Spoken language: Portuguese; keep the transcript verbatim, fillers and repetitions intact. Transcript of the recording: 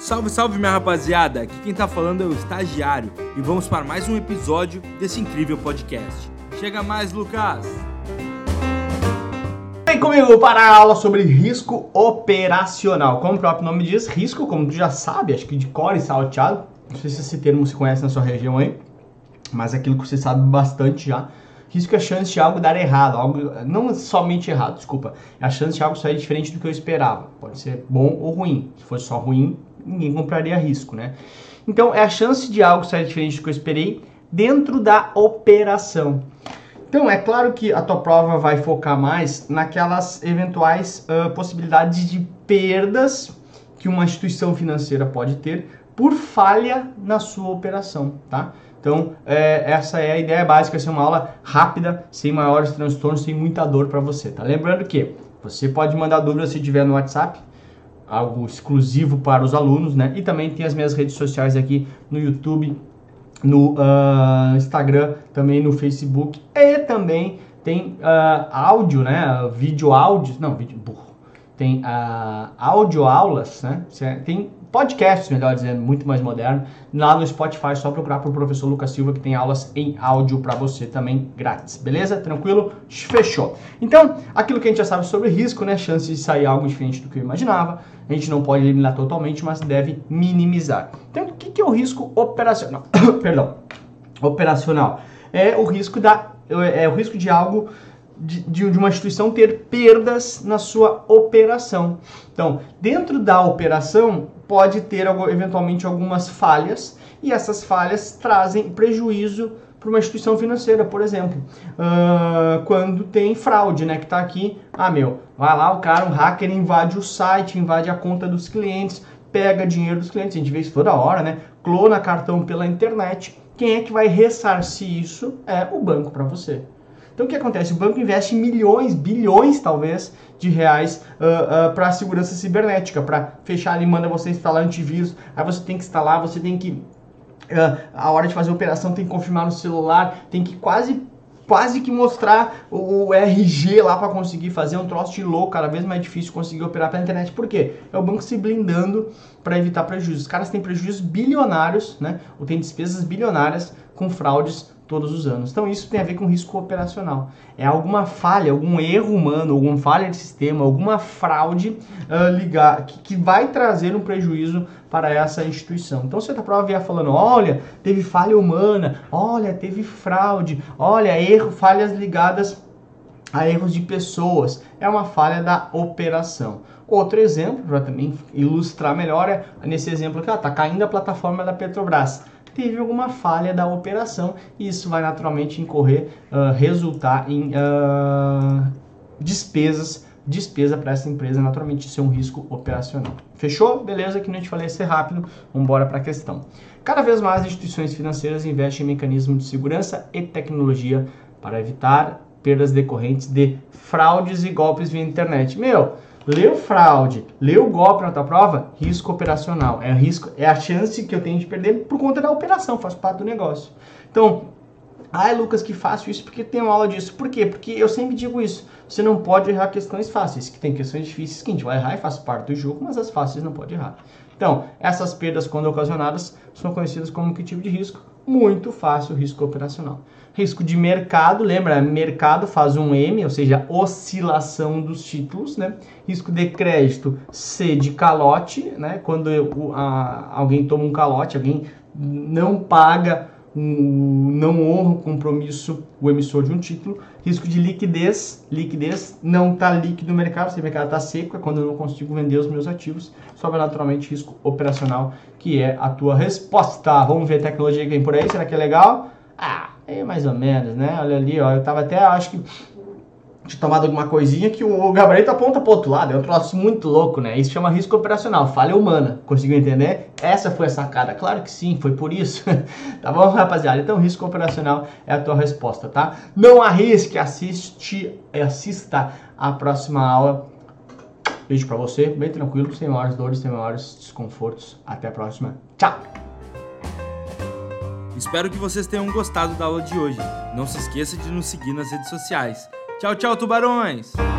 Salve, salve minha rapaziada, aqui quem tá falando é o Estagiário e vamos para mais um episódio desse incrível podcast. Chega mais, Lucas! Vem comigo para a aula sobre risco operacional. Como o próprio nome diz, risco, como tu já sabe, acho que de cor e salteado, não sei se esse termo se conhece na sua região aí, mas é aquilo que você sabe bastante já. Risco é a chance de algo dar errado, algo não somente errado, desculpa, é a chance de algo sair diferente do que eu esperava. Pode ser bom ou ruim. Se fosse só ruim, ninguém compraria risco, né? Então, é a chance de algo sair diferente do que eu esperei dentro da operação. Então, é claro que a tua prova vai focar mais naquelas eventuais uh, possibilidades de perdas que uma instituição financeira pode ter por falha na sua operação, tá? Então, é, essa é a ideia básica, ser uma aula rápida, sem maiores transtornos, sem muita dor para você, tá? Lembrando que você pode mandar dúvidas se tiver no WhatsApp, algo exclusivo para os alunos, né? E também tem as minhas redes sociais aqui no YouTube, no uh, Instagram, também no Facebook e também tem uh, áudio, né? Vídeo áudio, não, vídeo burro. Tem uh, áudio aulas, né? Tem podcasts, melhor dizendo, muito mais moderno, lá no Spotify, só procurar por professor Lucas Silva, que tem aulas em áudio para você também grátis, beleza? Tranquilo? Fechou. Então, aquilo que a gente já sabe sobre risco, né? Chance de sair algo diferente do que eu imaginava, a gente não pode eliminar totalmente, mas deve minimizar. Então, o que é o risco operacional? Perdão. Operacional. É o risco da, é o risco de algo De, de uma instituição ter perdas na sua operação. Então, dentro da operação, pode ter eventualmente algumas falhas, e essas falhas trazem prejuízo para uma instituição financeira, por exemplo. Uh, quando tem fraude, né, que está aqui, ah, meu, vai lá, o cara, um hacker invade o site, invade a conta dos clientes, pega dinheiro dos clientes, a gente vê isso toda hora, né, clona cartão pela internet. Quem é que vai ressarcir isso? É o banco para você. Então, o que acontece? O banco investe milhões, bilhões, talvez, de reais uh, uh, para a segurança cibernética, para fechar ali, manda você instalar antivírus, aí você tem que instalar, você tem que, uh, a hora de fazer a operação, tem que confirmar no celular, tem que quase, quase que mostrar o, o R G lá para conseguir fazer um troço de louco, cada vez mais difícil conseguir operar pela internet. Por quê? É o banco se blindando para evitar prejuízos. Os caras têm prejuízos bilionários, né? Ou têm despesas bilionárias com fraudes todos os anos. Então isso tem a ver com risco operacional. É alguma falha, algum erro humano, alguma falha de sistema, alguma fraude uh, ligar, que, que vai trazer um prejuízo para essa instituição. Então se a prova vier falando, olha, teve falha humana, olha, teve fraude, olha, erro, falhas ligadas a erros de pessoas, é uma falha da operação. Outro exemplo, para também ilustrar melhor, é nesse exemplo aqui, está caindo a plataforma da Petrobras. Teve alguma falha da operação e isso vai naturalmente incorrer, uh, resultar em uh, despesas, despesa para essa empresa, naturalmente isso é um risco operacional. Fechou? Beleza, que não te falei ser rápido, vamos embora para a questão. Cada vez mais instituições financeiras investem em mecanismos de segurança e tecnologia para evitar perdas decorrentes de fraudes e golpes via internet. Meu, leu fraude, leu golpe na tua prova, risco operacional. É, risco, é a chance que eu tenho de perder por conta da operação, faz parte do negócio. Então, ai Lucas, que fácil isso, porque tem uma aula disso. Por quê? Porque eu sempre digo isso, você não pode errar questões fáceis, que tem questões difíceis que a gente vai errar e faz parte do jogo, mas as fáceis não pode errar. Então, essas perdas, quando ocasionadas, são conhecidas como que tipo de risco? Muito fácil, risco operacional. Risco de mercado, lembra? Mercado faz um M, ou seja, oscilação dos títulos, né? Risco de crédito, C de calote, né? Quando eu, a, alguém toma um calote, alguém não paga, um, não honra o compromisso, o emissor de um título. Risco de liquidez, liquidez não está líquido no mercado, se o mercado está seco, é quando eu não consigo vender os meus ativos. Sobra naturalmente risco operacional, que é a tua resposta. Vamos ver a tecnologia que vem por aí, será que é legal? Ah, é mais ou menos, né? Olha ali, ó, eu tava até, acho que tinha tomado alguma coisinha que o gabarito aponta pro outro lado, é um troço muito louco, né? Isso chama risco operacional, falha humana, conseguiu entender? Essa foi a sacada, claro que sim, foi por isso, tá bom, rapaziada? Então, risco operacional é a tua resposta, tá? Não arrisque, assiste, assista a próxima aula. Beijo pra você, bem tranquilo, sem maiores dores, sem maiores desconfortos. Até a próxima, tchau! Espero que vocês tenham gostado da aula de hoje. Não se esqueça de nos seguir nas redes sociais. Tchau, tchau, tubarões!